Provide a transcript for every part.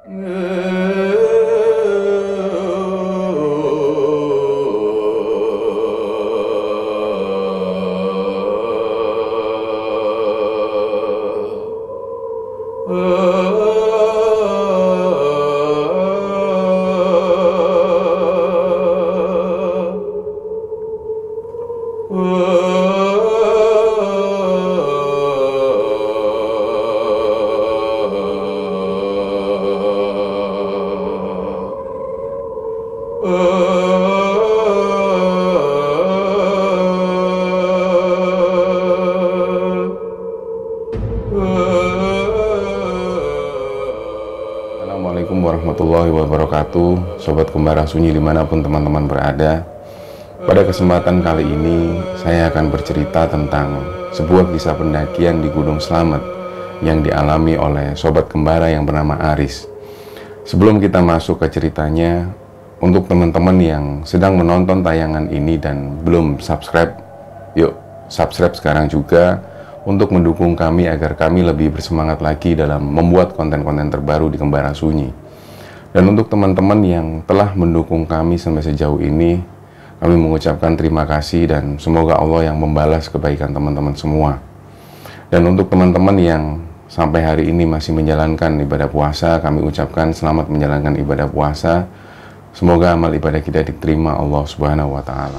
Assalamualaikum warahmatullahi wabarakatuh, Sobat Kembara Sunyi dimanapun teman-teman berada. Pada kesempatan kali ini saya akan bercerita tentang sebuah kisah pendakian di Gunung Slamet yang dialami oleh Sobat Kembara yang bernama Aris. Sebelum kita masuk ke ceritanya, untuk teman-teman yang sedang menonton tayangan ini dan belum subscribe, yuk subscribe sekarang juga untuk mendukung kami agar kami lebih bersemangat lagi dalam membuat konten-konten terbaru di Kembara Sunyi. Dan untuk teman-teman yang telah mendukung kami sampai sejauh ini, kami mengucapkan terima kasih dan semoga Allah yang membalas kebaikan teman-teman semua. Dan untuk teman-teman yang sampai hari ini masih menjalankan ibadah puasa, kami ucapkan selamat menjalankan ibadah puasa. Semoga amal ibadah kita diterima Allah Subhanahu wa Ta'ala.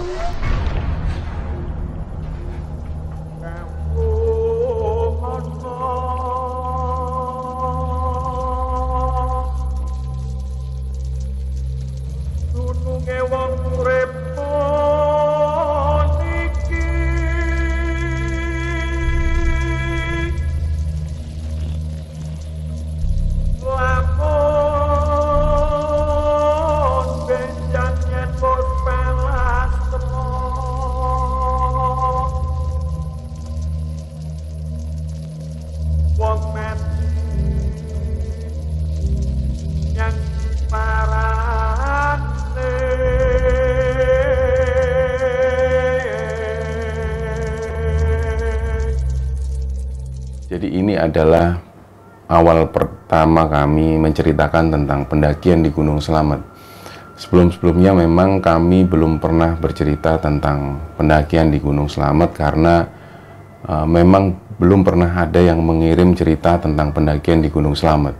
Jadi ini adalah awal pertama kami menceritakan tentang pendakian di Gunung Slamet. Sebelum-sebelumnya memang kami belum pernah bercerita tentang pendakian di Gunung Slamet karena memang belum pernah ada yang mengirim cerita tentang pendakian di Gunung Slamet.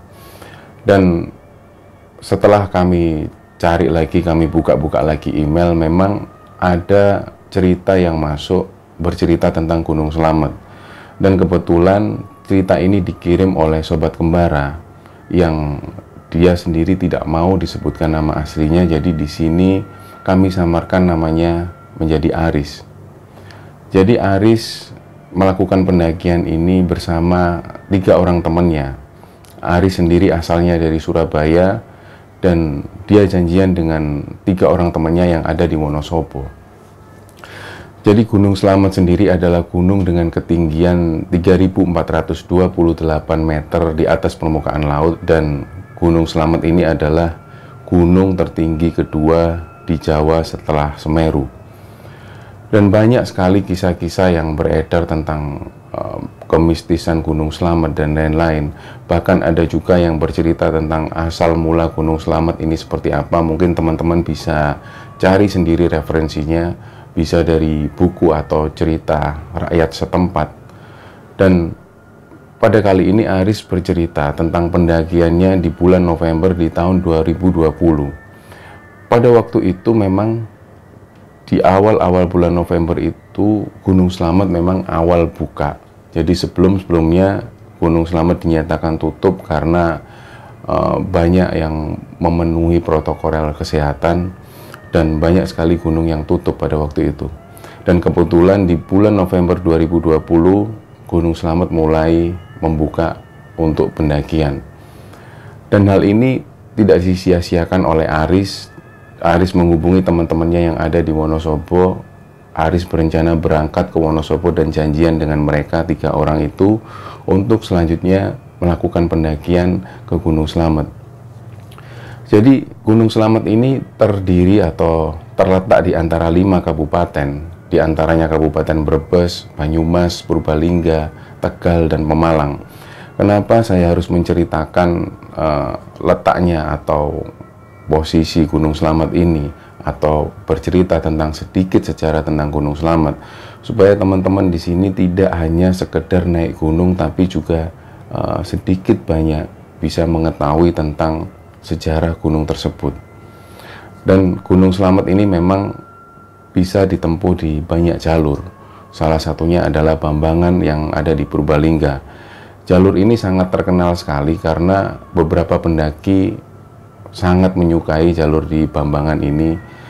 Dan setelah kami cari lagi, kami buka-buka lagi email, memang ada cerita yang masuk bercerita tentang Gunung Slamet. Dan kebetulan cerita ini dikirim oleh Sobat Kembara yang dia sendiri tidak mau disebutkan nama aslinya, jadi di sini kami samarkan namanya menjadi Aris. Jadi Aris melakukan pendakian ini bersama 3 orang temannya. Aris sendiri asalnya dari Surabaya dan dia janjian dengan 3 orang temannya yang ada di Wonosobo. Jadi Gunung Slamet sendiri adalah gunung dengan ketinggian 3.428 meter di atas permukaan laut, dan Gunung Slamet ini adalah gunung tertinggi kedua di Jawa setelah Semeru. Dan banyak sekali kisah-kisah yang beredar tentang kemistisan Gunung Slamet dan lain-lain. Bahkan ada juga yang bercerita tentang asal mula Gunung Slamet ini seperti apa. Mungkin teman-teman bisa cari sendiri referensinya, bisa dari buku atau cerita rakyat setempat. Dan pada kali ini Aris bercerita tentang pendakiannya di bulan November di tahun 2020. Pada waktu itu memang di awal-awal bulan November itu Gunung Slamet memang awal buka. Jadi sebelum-sebelumnya Gunung Slamet dinyatakan tutup karena banyak yang memenuhi protokol kesehatan, dan banyak sekali gunung yang tutup pada waktu itu. Dan kebetulan di bulan November 2020 Gunung Slamet mulai membuka untuk pendakian. Dan hal ini tidak disia-siakan oleh Aris. Aris menghubungi teman-temannya yang ada di Wonosobo. Aris berencana berangkat ke Wonosobo dan janjian dengan mereka 3 orang itu untuk selanjutnya melakukan pendakian ke Gunung Slamet. Jadi Gunung Slamet ini terdiri atau terletak di antara 5 kabupaten, di antaranya Kabupaten Brebes, Banyumas, Purbalingga, Tegal, dan Pemalang. Kenapa saya harus menceritakan letaknya atau posisi Gunung Slamet ini, atau bercerita tentang sedikit sejarah tentang Gunung Slamet, supaya teman-teman di sini tidak hanya sekedar naik gunung, tapi juga sedikit banyak bisa mengetahui tentang sejarah gunung tersebut. Dan Gunung Slamet ini memang bisa ditempuh di banyak jalur. Salah satunya adalah Bambangan yang ada di Purbalingga. Jalur ini sangat terkenal sekali karena beberapa pendaki sangat menyukai jalur di Bambangan ini.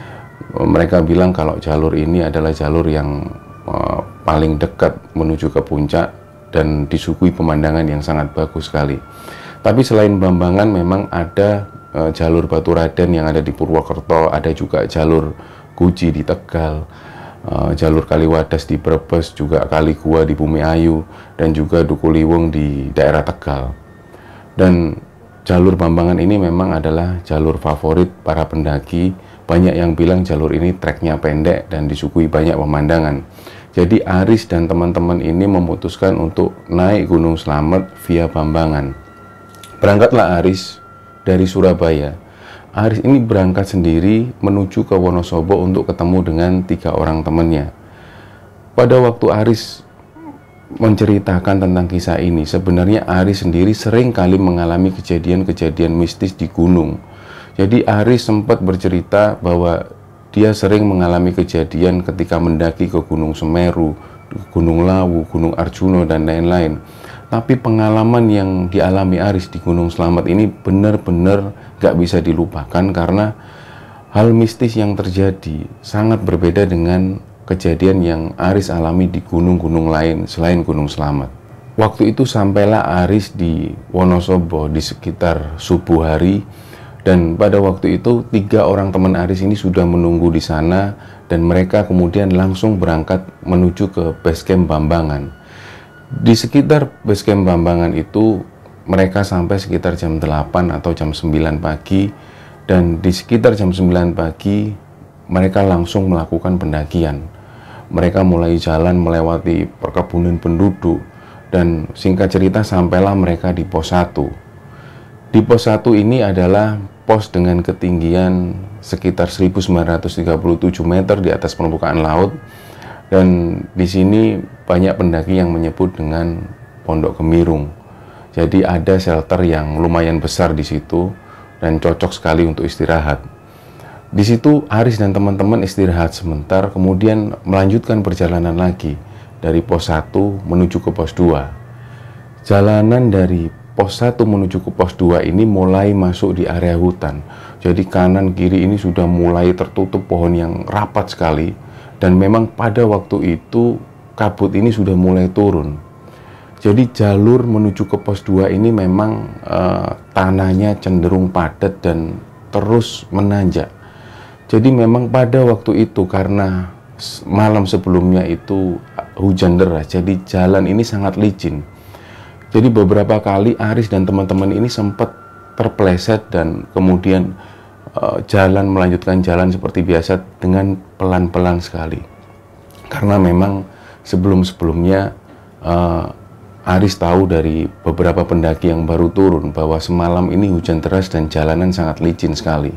Mereka bilang kalau jalur ini adalah jalur yang paling dekat menuju ke puncak dan disuguhi pemandangan yang sangat bagus sekali. Tapi selain Bambangan memang ada jalur Baturaden yang ada di Purwokerto, ada juga jalur Guji di Tegal, jalur Kaliwadas di Brebes, juga Kali Gua di Bumiayu, dan juga Dukuliwung di daerah Tegal. Dan jalur Bambangan ini memang adalah jalur favorit para pendaki. Banyak yang bilang jalur ini treknya pendek dan disuguhi banyak pemandangan. Jadi Aris dan teman-teman ini memutuskan untuk naik Gunung Slamet via Bambangan. Berangkatlah Aris dari Surabaya. Aris ini berangkat sendiri menuju ke Wonosobo untuk ketemu dengan 3 orang temannya. Pada waktu Aris menceritakan tentang kisah ini, sebenarnya Aris sendiri sering kali mengalami kejadian-kejadian mistis di gunung. Jadi Aris sempat bercerita bahwa dia sering mengalami kejadian ketika mendaki ke Gunung Semeru, Gunung Lawu, Gunung Arjuno, dan lain-lain. Tapi pengalaman yang dialami Aris di Gunung Slamet ini benar-benar gak bisa dilupakan karena hal mistis yang terjadi sangat berbeda dengan kejadian yang Aris alami di gunung-gunung lain selain Gunung Slamet. Waktu itu sampailah Aris di Wonosobo di sekitar subuh hari, dan pada waktu itu 3 orang teman Aris ini sudah menunggu di sana dan mereka kemudian langsung berangkat menuju ke basecamp Bambangan. Di sekitar basecamp Bambangan itu mereka sampai sekitar jam 8 atau jam 9 pagi, dan di sekitar jam 9 pagi mereka langsung melakukan pendakian. Mereka mulai jalan melewati perkebunan penduduk, dan singkat cerita sampailah mereka di pos 1. Di pos 1 ini adalah pos dengan ketinggian sekitar 1937 meter di atas permukaan laut. Dan di sini banyak pendaki yang menyebut dengan Pondok Gemirung. Jadi ada shelter yang lumayan besar di situ dan cocok sekali untuk istirahat. Di situ Aris dan teman-teman istirahat sebentar, kemudian melanjutkan perjalanan lagi dari pos 1 menuju ke pos 2. Jalanan dari pos 1 menuju ke pos 2 ini mulai masuk di area hutan. Jadi kanan kiri ini sudah mulai tertutup pohon yang rapat sekali. Dan memang pada waktu itu kabut ini sudah mulai turun. Jadi jalur menuju ke pos 2 ini memang tanahnya cenderung padat dan terus menanjak. Jadi memang pada waktu itu karena malam sebelumnya itu hujan deras, jadi jalan ini sangat licin. Jadi beberapa kali Aris dan teman-teman ini sempat terpleset dan kemudian melanjutkan jalan seperti biasa dengan pelan-pelan sekali. Karena memang sebelum-sebelumnya Aris tahu dari beberapa pendaki yang baru turun bahwa semalam ini hujan deras dan jalanan sangat licin sekali.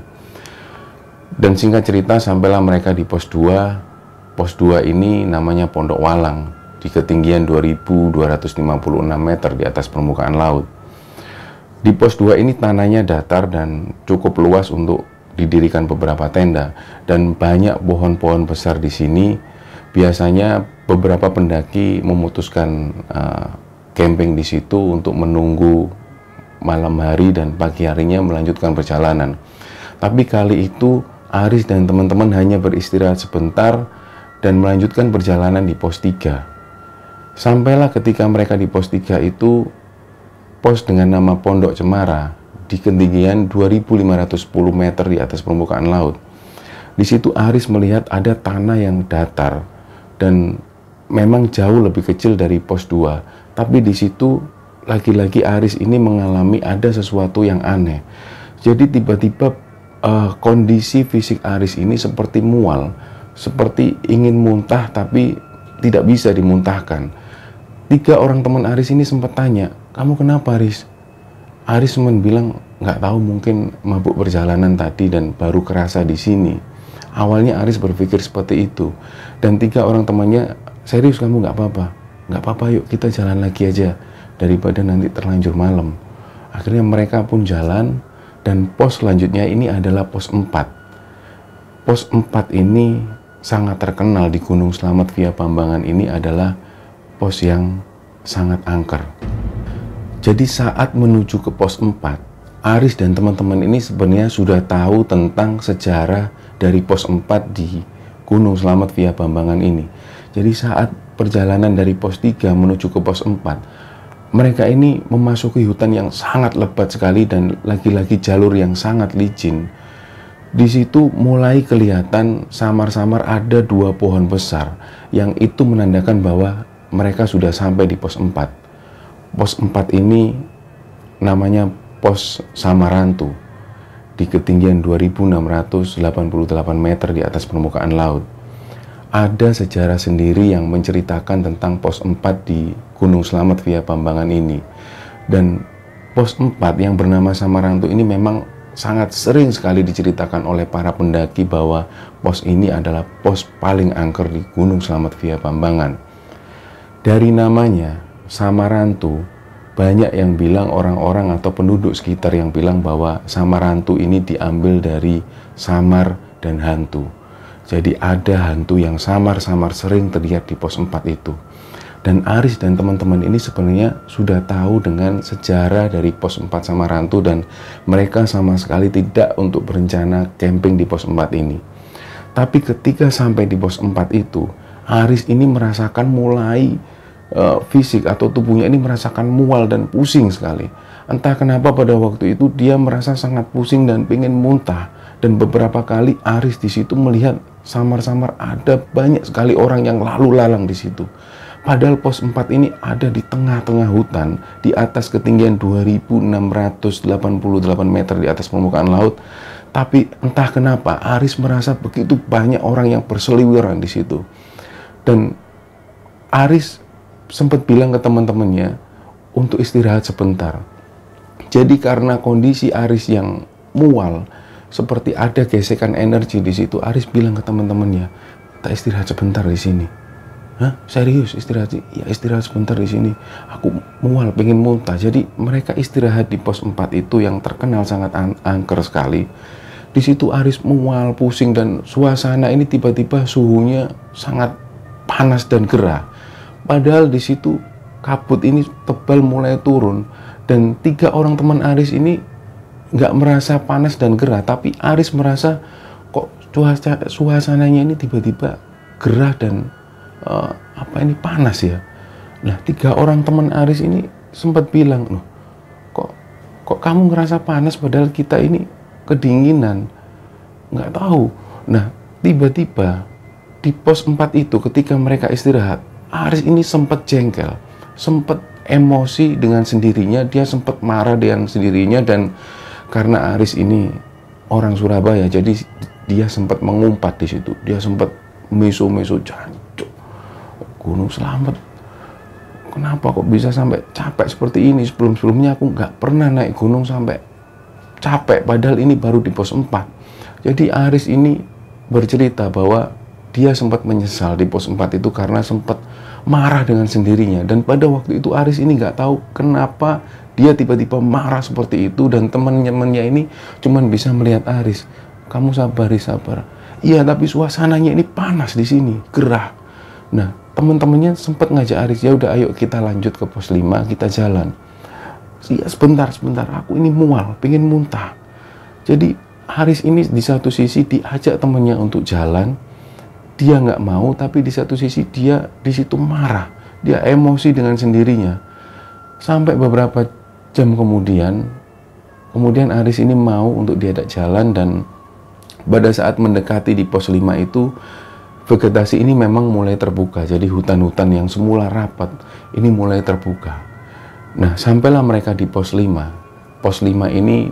Dan singkat cerita sampailah mereka di pos 2. Pos 2 ini namanya Pondok Walang di ketinggian 2256 meter di atas permukaan laut. Di pos 2 ini tanahnya datar dan cukup luas untuk didirikan beberapa tenda, dan banyak pohon-pohon besar di sini. Biasanya beberapa pendaki memutuskan camping di situ untuk menunggu malam hari dan pagi harinya melanjutkan perjalanan. Tapi kali itu Aris dan teman-teman hanya beristirahat sebentar dan melanjutkan perjalanan di pos 3. Sampailah ketika mereka di pos 3 itu pos dengan nama Pondok Cemara di ketinggian 2510 meter di atas permukaan laut. Di situ Aris melihat ada tanah yang datar dan memang jauh lebih kecil dari pos 2. Tapi di situ lagi-lagi Aris ini mengalami ada sesuatu yang aneh. Jadi tiba-tiba kondisi fisik Aris ini seperti mual, seperti ingin muntah tapi tidak bisa dimuntahkan. 3 orang teman Aris ini sempat tanya, kamu kenapa Aris? Aris cuma bilang, nggak tahu, mungkin mabuk perjalanan tadi dan baru kerasa di sini. Awalnya Aris berpikir seperti itu. Dan 3 orang temannya, serius kamu nggak apa-apa? Nggak apa-apa, yuk kita jalan lagi aja, daripada nanti terlanjur malam. Akhirnya mereka pun jalan, dan pos selanjutnya ini adalah pos 4. Pos 4 ini sangat terkenal di Gunung Slamet Via Pambangan. Ini adalah pos yang sangat angker. Jadi saat menuju ke pos 4, Aris dan teman-teman ini sebenarnya sudah tahu tentang sejarah dari pos 4 di Gunung Slamet Via Pambangan ini. Jadi saat perjalanan dari pos 3 menuju ke pos 4, mereka ini memasuki hutan yang sangat lebat sekali dan lagi-lagi jalur yang sangat licin. Di situ mulai kelihatan samar-samar ada 2 pohon besar, yang itu menandakan bahwa mereka sudah sampai di pos 4. Pos 4 ini namanya Pos Samarantu, di ketinggian 2688 meter di atas permukaan laut. Ada sejarah sendiri yang menceritakan tentang pos 4 di Gunung Slamet Via Pambangan ini. Dan pos 4 yang bernama Samarantu ini memang sangat sering sekali diceritakan oleh para pendaki bahwa pos ini adalah pos paling angker di Gunung Slamet Via Pambangan. Dari namanya Samarantu, banyak yang bilang, orang-orang atau penduduk sekitar yang bilang bahwa Samarantu ini diambil dari samar dan hantu. Jadi ada hantu yang samar-samar sering terlihat di pos 4 itu. Dan Aris dan teman-teman ini sebenarnya sudah tahu dengan sejarah dari pos 4 Samarantu, dan mereka sama sekali tidak untuk berencana camping di pos 4 ini. Tapi ketika sampai di pos 4 itu, Aris ini merasakan mulai fisik atau tubuhnya ini merasakan mual dan pusing sekali. Entah kenapa pada waktu itu dia merasa sangat pusing dan pengen muntah. Dan beberapa kali Aris di situ melihat samar-samar ada banyak sekali orang yang lalu lalang di situ. Padahal pos 4 ini ada di tengah-tengah hutan, di atas ketinggian 2688 meter di atas permukaan laut. Tapi entah kenapa Aris merasa begitu banyak orang yang berseliweran di situ. Dan Aris sempat bilang ke teman-temannya untuk istirahat sebentar. Jadi karena kondisi Aris yang mual, seperti ada gesekan energi di situ, Aris bilang ke teman-temannya, "Tak istirahat sebentar di sini." "Hah? Serius istirahat?" "Ya, istirahat sebentar di sini. Aku mual, pengen muntah." Jadi mereka istirahat di pos 4 itu yang terkenal sangat angker sekali. Di situ Aris mual, pusing, dan suasana ini tiba-tiba suhunya sangat panas dan gerah. Padahal di situ kabut ini tebal mulai turun, dan 3 orang teman Aris ini nggak merasa panas dan gerah, tapi Aris merasa kok suasananya ini tiba-tiba gerah dan ini panas ya. Nah, 3 orang teman Aris ini sempat bilang, "Loh, kok kamu ngerasa panas padahal kita ini kedinginan?" Nggak tahu. Nah, tiba-tiba di pos 4 itu ketika mereka istirahat, Aris ini sempat jengkel, sempat emosi dengan sendirinya, dia sempat marah dengan sendirinya. Dan karena Aris ini orang Surabaya, jadi dia sempat mengumpat di situ. Dia sempat meso-meso, "Jancuk, Gunung Slamet, kenapa kok bisa sampai capek seperti ini? Sebelum-sebelumnya aku nggak pernah naik gunung sampai capek, padahal ini baru di pos 4. Jadi Aris ini bercerita bahwa dia sempat menyesal di pos 4 itu karena sempat marah dengan sendirinya. Dan pada waktu itu Aris ini nggak tahu kenapa dia tiba-tiba marah seperti itu. Dan teman-temannya ini cuman bisa melihat Aris, "Kamu sabar, sabar." "Iya, tapi suasananya ini panas di sini, gerah." Nah, teman-temannya sempat ngajak Aris, "Ya udah, ayo kita lanjut ke pos 5, kita jalan." "Iya, sebentar, aku ini mual, pengen muntah." Jadi Aris ini di satu sisi diajak temannya untuk jalan, dia nggak mau, tapi di satu sisi dia di situ marah, dia emosi dengan sendirinya. Sampai beberapa jam kemudian Aris ini mau untuk diajak jalan. Dan pada saat mendekati di pos 5 itu, vegetasi ini memang mulai terbuka. Jadi hutan-hutan yang semula rapat ini mulai terbuka. Nah, sampailah mereka di pos 5. Pos 5 ini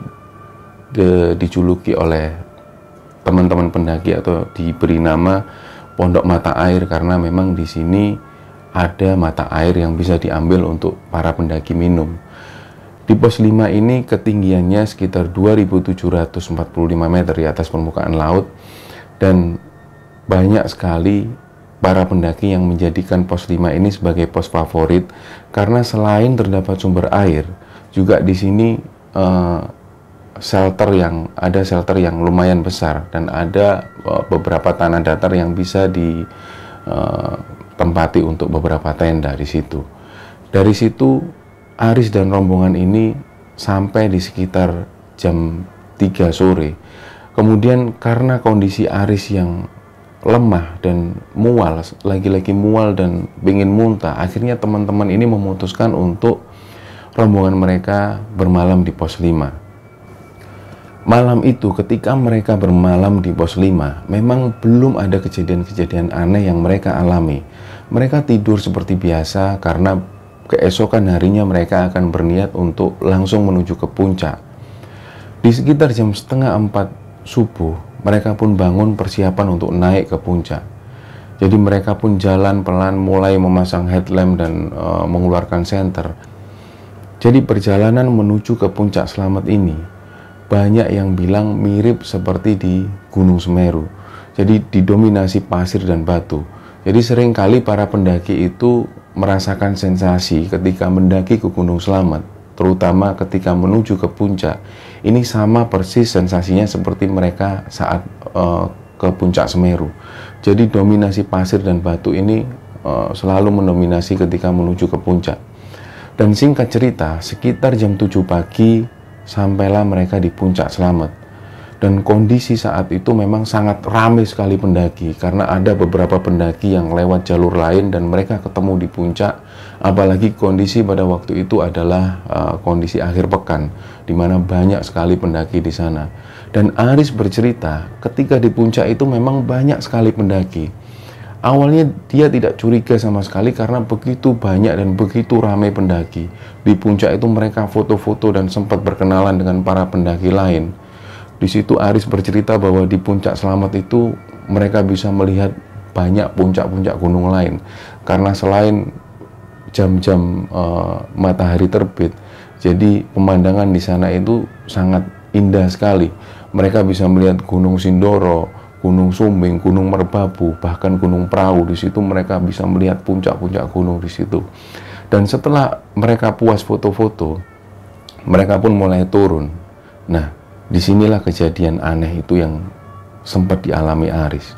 dijuluki oleh teman-teman pendaki atau diberi nama Pondok Mata Air, karena memang di sini ada mata air yang bisa diambil untuk para pendaki minum. Di pos 5 ini ketinggiannya sekitar 2.745 meter di atas permukaan laut, dan banyak sekali para pendaki yang menjadikan pos 5 ini sebagai pos favorit karena selain terdapat sumber air, juga di sini shelter yang lumayan besar, dan ada beberapa tanah datar yang bisa ditempati untuk beberapa tenda di situ. Dari situ Aris dan rombongan ini sampai di sekitar jam 3 sore. Kemudian karena kondisi Aris yang lemah dan mual, lagi-lagi mual dan ingin muntah, akhirnya teman-teman ini memutuskan untuk rombongan mereka bermalam di pos 5. Malam itu ketika mereka bermalam di pos 5, memang belum ada kejadian-kejadian aneh yang mereka alami. Mereka tidur seperti biasa karena keesokan harinya mereka akan berniat untuk langsung menuju ke puncak. Di sekitar jam setengah 4 subuh, mereka pun bangun persiapan untuk naik ke puncak. Jadi mereka pun jalan pelan, mulai memasang headlamp dan mengeluarkan senter. Jadi perjalanan menuju ke puncak Slamet ini, banyak yang bilang mirip seperti di Gunung Semeru. Jadi didominasi pasir dan batu. Jadi seringkali para pendaki itu merasakan sensasi ketika mendaki ke Gunung Slamet, terutama ketika menuju ke puncak. Ini sama persis sensasinya seperti mereka saat ke puncak Semeru. Jadi dominasi pasir dan batu ini selalu mendominasi ketika menuju ke puncak. Dan singkat cerita, sekitar jam 7 pagi sampailah mereka di puncak Slamet. Dan kondisi saat itu memang sangat ramai sekali pendaki, karena ada beberapa pendaki yang lewat jalur lain dan mereka ketemu di puncak. Apalagi kondisi pada waktu itu adalah kondisi akhir pekan, di mana banyak sekali pendaki di sana. Dan Aris bercerita ketika di puncak itu memang banyak sekali pendaki. Awalnya dia tidak curiga sama sekali karena begitu banyak dan begitu ramai pendaki. Di puncak itu mereka foto-foto dan sempat berkenalan dengan para pendaki lain. Di situ Aris bercerita bahwa di puncak Slamet itu mereka bisa melihat banyak puncak-puncak gunung lain, karena selain jam-jam matahari terbit, jadi pemandangan di sana itu sangat indah sekali. Mereka bisa melihat Gunung Sindoro, Gunung Sumbing, Gunung Merbabu, bahkan Gunung Prau. Di situ mereka bisa melihat puncak-puncak gunung di situ. Dan setelah mereka puas foto-foto, mereka pun mulai turun. Nah, disinilah kejadian aneh itu yang sempat dialami Aris.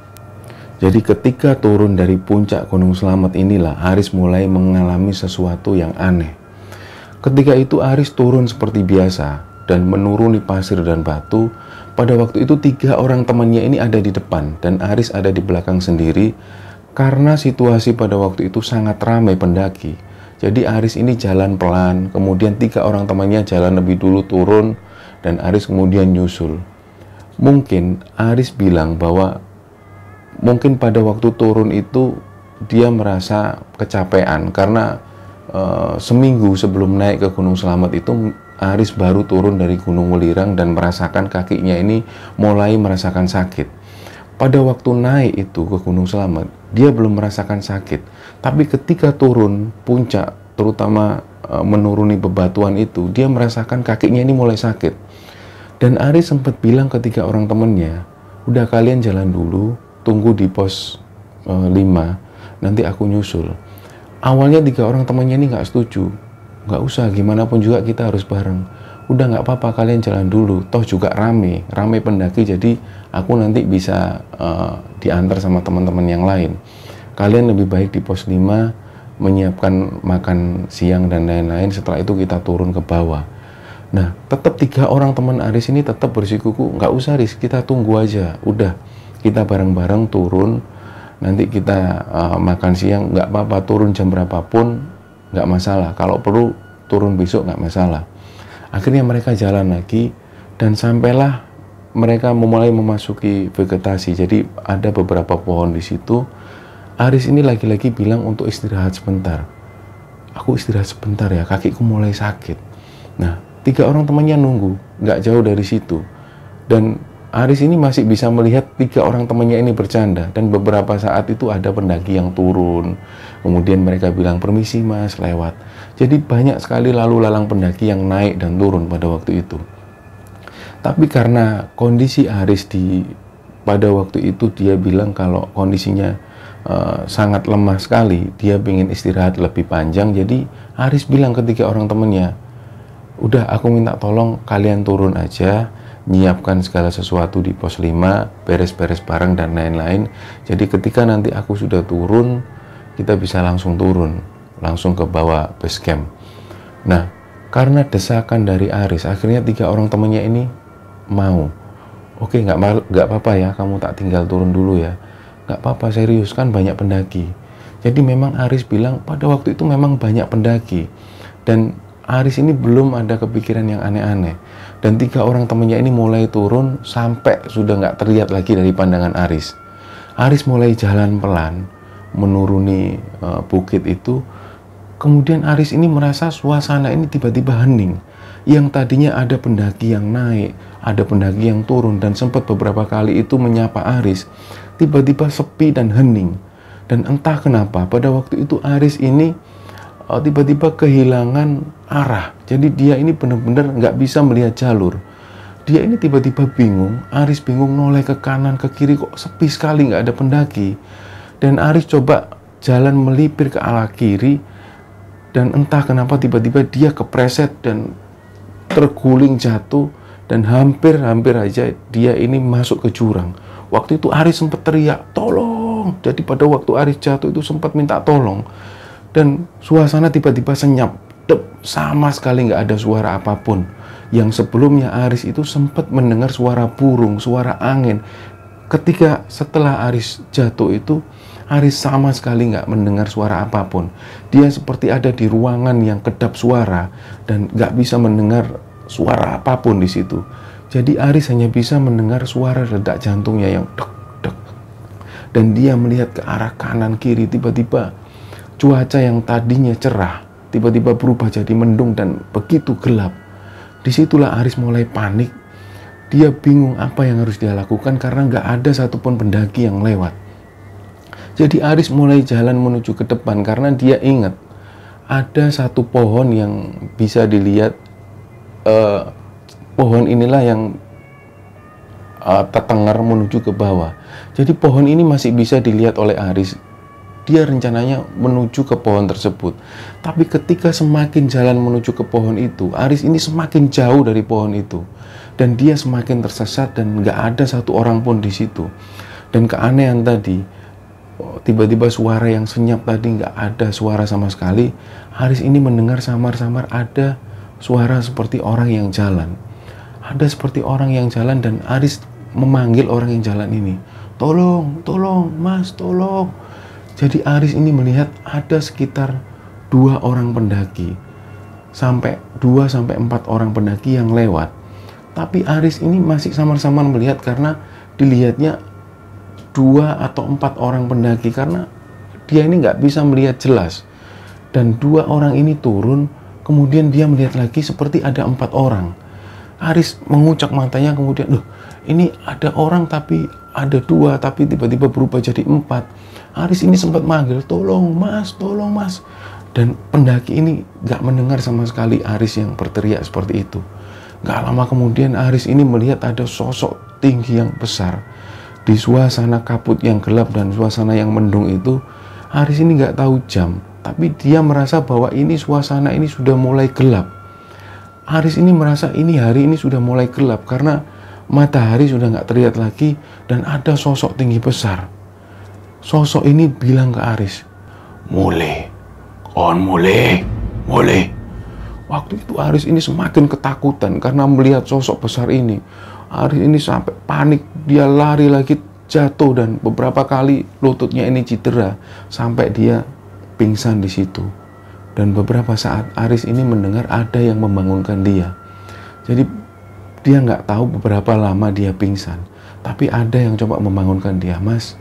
Jadi ketika turun dari puncak Gunung Slamet inilah Aris mulai mengalami sesuatu yang aneh. Ketika itu Aris turun seperti biasa dan menuruni pasir dan batu. Pada waktu itu 3 orang temannya ini ada di depan dan Aris ada di belakang sendiri, karena situasi pada waktu itu sangat ramai pendaki. Jadi Aris ini jalan pelan, kemudian 3 orang temannya jalan lebih dulu turun, dan Aris kemudian nyusul. Mungkin Aris bilang bahwa mungkin pada waktu turun itu dia merasa kecapean karena seminggu sebelum naik ke Gunung Slamet itu Aris baru turun dari Gunung Welirang dan merasakan kakinya ini mulai merasakan sakit. Pada waktu naik itu ke Gunung Slamet, dia belum merasakan sakit. Tapi ketika turun puncak, terutama menuruni bebatuan itu, dia merasakan kakinya ini mulai sakit. Dan Aris sempat bilang ke 3 orang temannya, udah kalian jalan dulu, tunggu di pos 5, nanti aku nyusul. Awalnya 3 orang temannya ini nggak setuju. Nggak usah, gimana pun juga kita harus bareng. Udah nggak apa-apa, kalian jalan dulu. Toh juga rame pendaki, jadi aku nanti bisa diantar sama teman-teman yang lain. Kalian lebih baik di pos 5, menyiapkan makan siang dan lain-lain. Setelah itu kita turun ke bawah. Nah, tetap 3 orang teman Aris ini tetap bersikuku, nggak usah Aris, kita tunggu aja. Udah, kita bareng-bareng turun. Nanti kita makan siang, nggak apa-apa, turun jam berapapun nggak masalah. Kalau perlu turun besok nggak masalah. Akhirnya mereka jalan lagi dan sampailah mereka mulai memasuki vegetasi. Jadi ada beberapa pohon di situ. Aris ini lagi-lagi bilang untuk istirahat sebentar. Aku istirahat sebentar ya, kakiku mulai sakit. Nah, 3 orang temannya nunggu, nggak jauh dari situ. Dan Aris ini masih bisa melihat 3 orang temannya ini bercanda, dan beberapa saat itu ada pendaki yang turun. Kemudian mereka bilang, "Permisi mas, lewat." Jadi banyak sekali lalu lalang pendaki yang naik dan turun pada waktu itu. Tapi karena kondisi Aris pada waktu itu, dia bilang kalau kondisinya sangat lemah sekali, dia ingin istirahat lebih panjang. Jadi Aris bilang ke 3 orang temannya, "Udah, aku minta tolong kalian turun aja, nyiapkan segala sesuatu di pos 5, beres-beres barang dan lain-lain. Jadi ketika nanti aku sudah turun, kita bisa langsung turun, langsung ke bawah base camp." Nah, karena desakan dari Aris, akhirnya 3 orang temannya ini mau. "Oke, nggak apa-apa ya, kamu tak tinggal turun dulu ya." "Nggak apa-apa, serius, kan banyak pendaki." Jadi memang Aris bilang pada waktu itu memang banyak pendaki, dan Aris ini belum ada kepikiran yang aneh-aneh. Dan 3 orang temannya ini mulai turun sampai sudah nggak terlihat lagi dari pandangan Aris. Aris mulai jalan pelan menuruni bukit itu. Kemudian Aris ini merasa suasana ini tiba-tiba hening. Yang tadinya ada pendaki yang naik, ada pendaki yang turun, dan sempat beberapa kali itu menyapa Aris, tiba-tiba sepi dan hening. Dan entah kenapa pada waktu itu Aris ini tiba-tiba kehilangan arah. Jadi dia ini benar-benar nggak bisa melihat jalur. Dia ini tiba-tiba bingung. Aris bingung noleh ke kanan ke kiri, kok sepi sekali, nggak ada pendaki. Dan Aris coba jalan melipir ke arah kiri, dan entah kenapa tiba-tiba dia kepreset dan terguling jatuh, dan hampir aja dia ini masuk ke jurang. Waktu itu Aris sempat teriak, "Tolong!" Jadi pada waktu Aris jatuh itu sempat minta tolong. Dan suasana tiba-tiba senyap, sama sekali nggak ada suara apapun. Yang sebelumnya Aris itu sempat mendengar suara burung, suara angin. Ketika setelah Aris jatuh itu, Aris sama sekali nggak mendengar suara apapun. Dia seperti ada di ruangan yang kedap suara dan nggak bisa mendengar suara apapun di situ. Jadi Aris hanya bisa mendengar suara detak jantungnya yang dek dek. Dan dia melihat ke arah kanan kiri, tiba-tiba cuaca yang tadinya cerah tiba-tiba berubah jadi mendung dan begitu gelap. Disitulah Aris mulai panik. Dia bingung apa yang harus dia lakukan karena nggak ada satupun pendaki yang lewat. Jadi Aris mulai jalan menuju ke depan karena dia ingat ada satu pohon yang bisa dilihat. Pohon inilah yang tertengar menuju ke bawah. Jadi pohon ini masih bisa dilihat oleh Aris. Dia rencananya menuju ke pohon tersebut. Tapi ketika semakin jalan menuju ke pohon itu, Aris ini semakin jauh dari pohon itu. Dan dia semakin tersesat dan nggak ada satu orang pun di situ. Dan keanehan tadi, tiba-tiba suara yang senyap tadi nggak ada suara sama sekali. Aris ini mendengar samar-samar ada suara seperti orang yang jalan. Ada seperti orang yang jalan dan Aris memanggil orang yang jalan ini. "Tolong, tolong, mas, tolong." Jadi Aris ini melihat ada sekitar 2 orang pendaki, sampai 2 sampai 4 orang pendaki yang lewat. Tapi Aris ini masih samar-samar melihat karena dilihatnya 2 atau 4 orang pendaki karena dia ini nggak bisa melihat jelas. Dan 2 orang ini turun, kemudian dia melihat lagi seperti ada 4 orang. Aris mengucak matanya, kemudian, "Loh, ini ada orang tapi ada 2, tapi tiba-tiba berubah jadi 4. Aris ini sempat manggil, "Tolong mas, tolong mas." Dan pendaki ini gak mendengar sama sekali Aris yang berteriak seperti itu. Gak lama kemudian Aris ini melihat ada sosok tinggi yang besar. Di suasana kabut yang gelap dan suasana yang mendung itu, Aris ini gak tahu jam, tapi dia merasa bahwa ini suasana ini sudah mulai gelap. Aris ini merasa ini hari ini sudah mulai gelap karena matahari sudah gak terlihat lagi dan ada sosok tinggi besar. Sosok ini bilang ke Aris, "Mulai, kon mulai." Waktu itu Aris ini semakin ketakutan karena melihat sosok besar ini. Aris ini sampai panik, dia lari lagi, jatuh, dan beberapa kali lututnya ini cedera sampai dia pingsan di situ. Dan beberapa saat Aris ini mendengar ada yang membangunkan dia. Jadi dia nggak tahu beberapa lama dia pingsan, tapi ada yang coba membangunkan dia. Mas,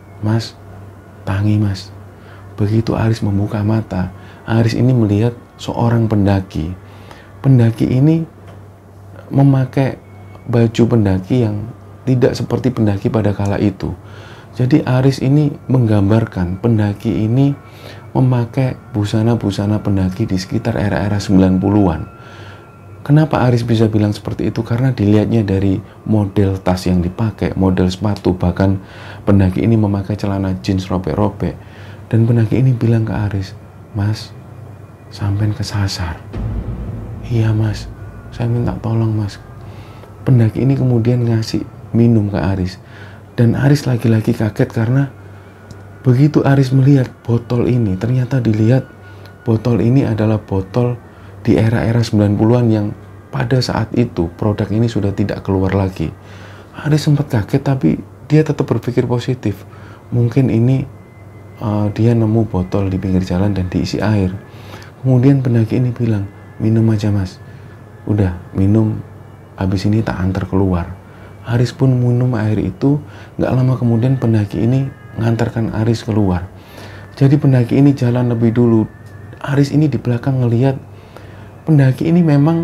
tangi mas." Begitu Aris membuka mata, Aris ini melihat seorang pendaki. Pendaki ini memakai baju pendaki yang tidak seperti pendaki pada kala itu. Jadi Aris ini menggambarkan pendaki ini memakai busana-busana pendaki di sekitar era-era 90-an. Kenapa Aris bisa bilang seperti itu? Karena dilihatnya dari model tas yang dipakai, model sepatu, bahkan pendaki ini memakai celana jeans robek-robek. Dan pendaki ini bilang ke Aris, "Mas, sampean kesasar." "Iya mas, saya minta tolong mas." Pendaki ini kemudian ngasih minum ke Aris. Dan Aris lagi-lagi kaget karena begitu Aris melihat botol ini, ternyata dilihat botol ini adalah botol di era-era 90-an yang pada saat itu produk ini sudah tidak keluar lagi. Aris sempat kaget tapi dia tetap berpikir positif. Mungkin ini dia nemu botol di pinggir jalan dan diisi air. Kemudian pendaki ini bilang, "Minum aja mas. Udah, minum. Habis ini tak antar keluar." Aris pun minum air itu. Gak lama kemudian pendaki ini mengantarkan Aris keluar. Jadi pendaki ini jalan lebih dulu. Aris ini di belakang ngelihat pendaki ini memang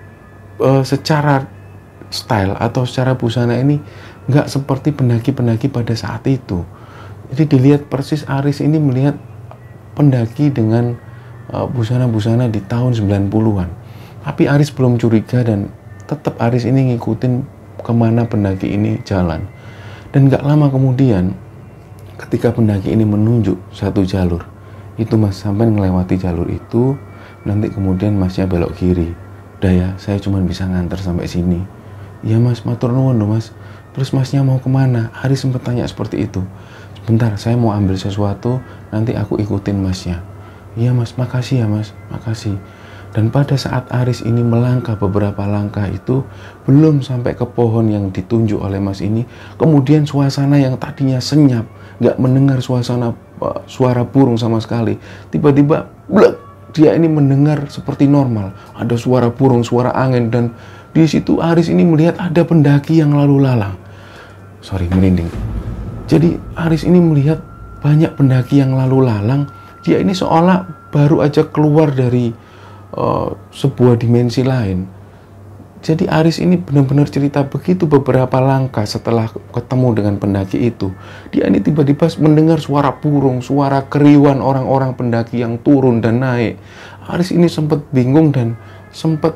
secara style atau secara busana ini gak seperti pendaki-pendaki pada saat itu. Jadi dilihat persis Aris ini melihat pendaki dengan busana-busana di tahun 90-an. Tapi Aris belum curiga dan tetap Aris ini ngikutin kemana pendaki ini jalan. Dan gak lama kemudian ketika pendaki ini menunjuk satu jalur, "Itu mas, sampai ngelewati jalur itu, nanti kemudian masnya belok kiri. Udah ya, saya cuma bisa nganter sampai sini." "Iya mas, matur nuwun loh mas." "Terus masnya mau kemana?" Aris sempat tanya seperti itu. "Sebentar, saya mau ambil sesuatu, nanti aku ikutin masnya." "Iya mas, makasih ya mas, makasih." Dan pada saat Aris ini melangkah beberapa langkah itu, belum sampai ke pohon yang ditunjuk oleh mas ini, kemudian suasana yang tadinya senyap, gak mendengar suara burung sama sekali, tiba-tiba blek, dia ini mendengar seperti normal, ada suara burung, suara angin. Dan di situ Aris ini melihat ada pendaki yang lalu lalang. Merinding. Jadi Aris ini melihat banyak pendaki yang lalu lalang. Dia ini seolah baru aja keluar dari sebuah dimensi lain. Jadi Aris ini benar-benar cerita begitu beberapa langkah setelah ketemu dengan pendaki itu, dia ini tiba-tiba mendengar suara burung, suara keriuhan orang-orang pendaki yang turun dan naik. Aris ini sempat bingung dan sempat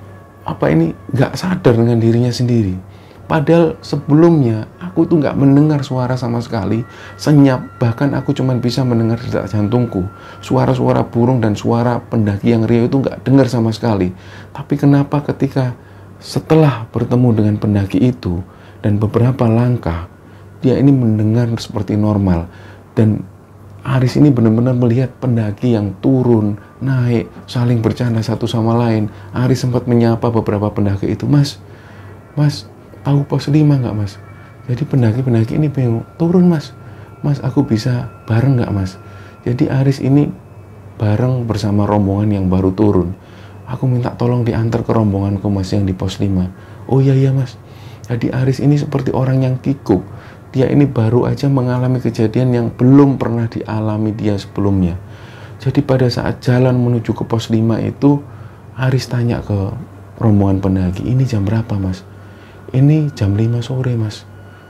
gak sadar dengan dirinya sendiri. Padahal sebelumnya aku itu gak mendengar suara sama sekali, senyap, bahkan aku cuma bisa mendengar detak jantungku. Suara-suara burung dan suara pendaki yang riuh itu gak dengar sama sekali. Tapi kenapa ketika setelah bertemu dengan pendaki itu dan beberapa langkah, dia ini mendengar seperti normal. Dan Aris ini benar-benar melihat pendaki yang turun, naik, saling bercanda satu sama lain. Aris sempat menyapa beberapa pendaki itu, "Mas, tahu pos 5 nggak mas?" Jadi pendaki-pendaki ini bingung, "Turun mas, aku bisa bareng nggak mas?" Jadi Aris ini bareng bersama rombongan yang baru turun. "Aku minta tolong diantar ke rombonganku mas yang di pos 5. "Oh iya mas." Jadi Aris ini seperti orang yang kikuk. Dia ini baru aja mengalami kejadian yang belum pernah dialami dia sebelumnya. Jadi pada saat jalan menuju ke pos 5 itu, Aris tanya ke rombongan pendaki, "Ini jam berapa mas?" "Ini jam 5 sore mas."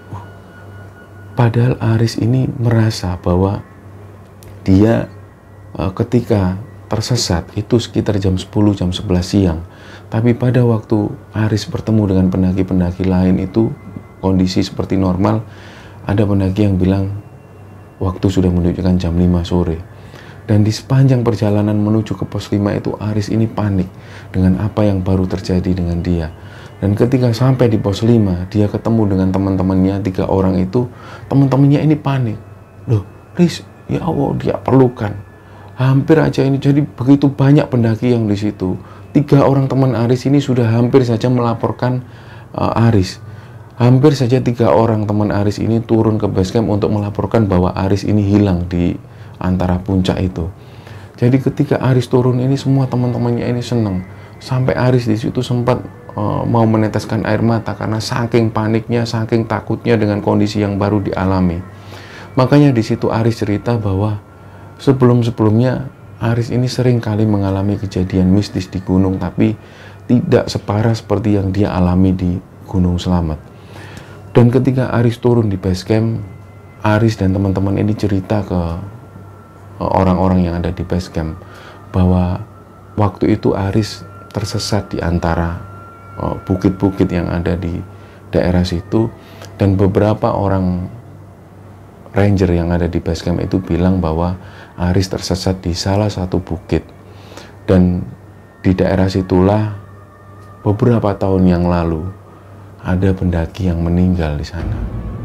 Padahal Aris ini merasa bahwa dia ketika tersesat itu sekitar jam 10, jam 11 siang. Tapi pada waktu Aris bertemu dengan pendaki-pendaki lain itu kondisi seperti normal. Ada pendaki yang bilang waktu sudah menunjukkan jam 5 sore. Dan di sepanjang perjalanan menuju ke pos 5 itu Aris ini panik dengan apa yang baru terjadi dengan dia. Dan ketika sampai di pos 5, dia ketemu dengan teman-temannya, 3 orang itu. Teman-temannya ini panik. "Loh, Riz, ya Allah, dia pelukan. Hampir aja ini." Jadi begitu banyak pendaki yang di situ. 3 orang teman Aris ini sudah hampir saja melaporkan Aris. Hampir saja 3 orang teman Aris ini turun ke base camp untuk melaporkan bahwa Aris ini hilang di antara puncak itu. Jadi ketika Aris turun ini, semua teman-temannya ini senang. Sampai Aris di situ sempat mau meneteskan air mata karena saking paniknya, saking takutnya dengan kondisi yang baru dialami. Makanya di situ Aris cerita bahwa sebelum-sebelumnya Aris ini sering kali mengalami kejadian mistis di gunung, tapi tidak separah seperti yang dia alami di Gunung Slamet. Dan ketika Aris turun di base camp, Aris dan teman-teman ini cerita ke orang-orang yang ada di base camp bahwa waktu itu Aris tersesat di antara bukit-bukit yang ada di daerah situ, dan beberapa orang ranger yang ada di base camp itu bilang bahwa Aris tersesat di salah satu bukit, dan di daerah situlah beberapa tahun yang lalu ada pendaki yang meninggal di sana,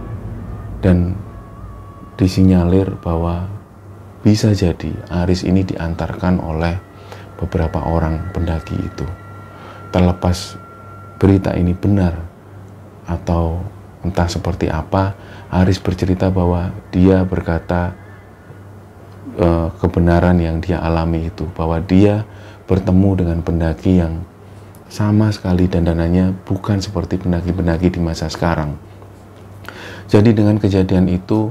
dan disinyalir bahwa bisa jadi Aris ini diantarkan oleh beberapa orang pendaki itu. Terlepas berita ini benar atau entah seperti apa, Aris bercerita bahwa dia berkata kebenaran yang dia alami itu, bahwa dia bertemu dengan pendaki yang sama sekali dandanannya bukan seperti pendaki-pendaki di masa sekarang. Jadi dengan kejadian itu,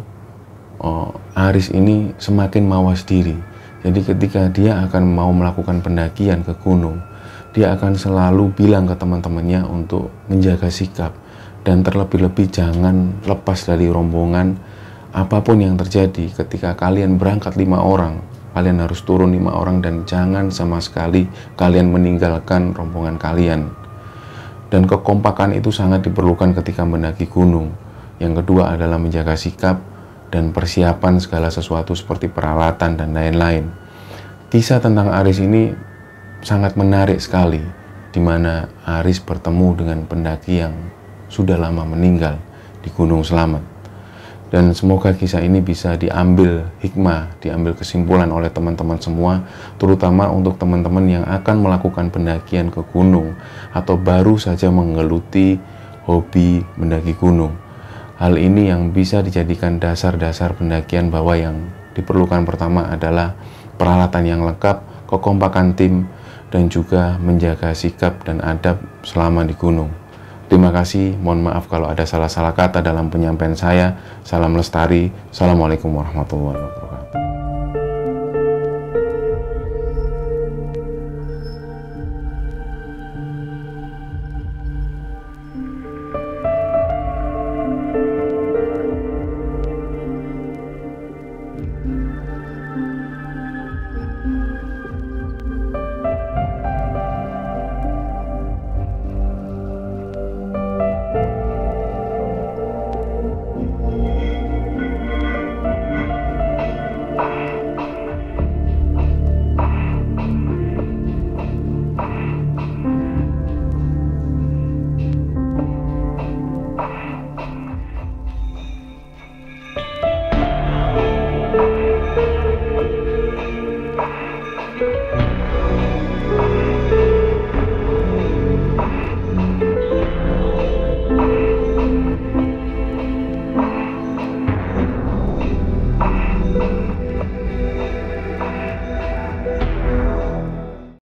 Aris ini semakin mawas diri. Jadi ketika dia akan mau melakukan pendakian ke gunung, dia akan selalu bilang ke teman-temannya untuk menjaga sikap, dan terlebih-lebih jangan lepas dari rombongan. Apapun yang terjadi, ketika kalian berangkat 5 orang, kalian harus turun 5 orang, dan jangan sama sekali kalian meninggalkan rombongan kalian. Dan kekompakan itu sangat diperlukan ketika mendaki gunung. Yang kedua adalah menjaga sikap dan persiapan segala sesuatu seperti peralatan dan lain-lain. Kisah tentang Aris ini sangat menarik sekali, di mana Aris bertemu dengan pendaki yang sudah lama meninggal di Gunung Slamet. Dan semoga kisah ini bisa diambil hikmah, diambil kesimpulan oleh teman-teman semua, terutama untuk teman-teman yang akan melakukan pendakian ke gunung atau baru saja menggeluti hobi mendaki gunung. Hal ini yang bisa dijadikan dasar-dasar pendakian, bahwa yang diperlukan pertama adalah peralatan yang lengkap, kekompakan tim, dan juga menjaga sikap dan adab selama di gunung. Terima kasih, mohon maaf kalau ada salah-salah kata dalam penyampaian saya. Salam lestari, Assalamualaikum warahmatullahi wabarakatuh.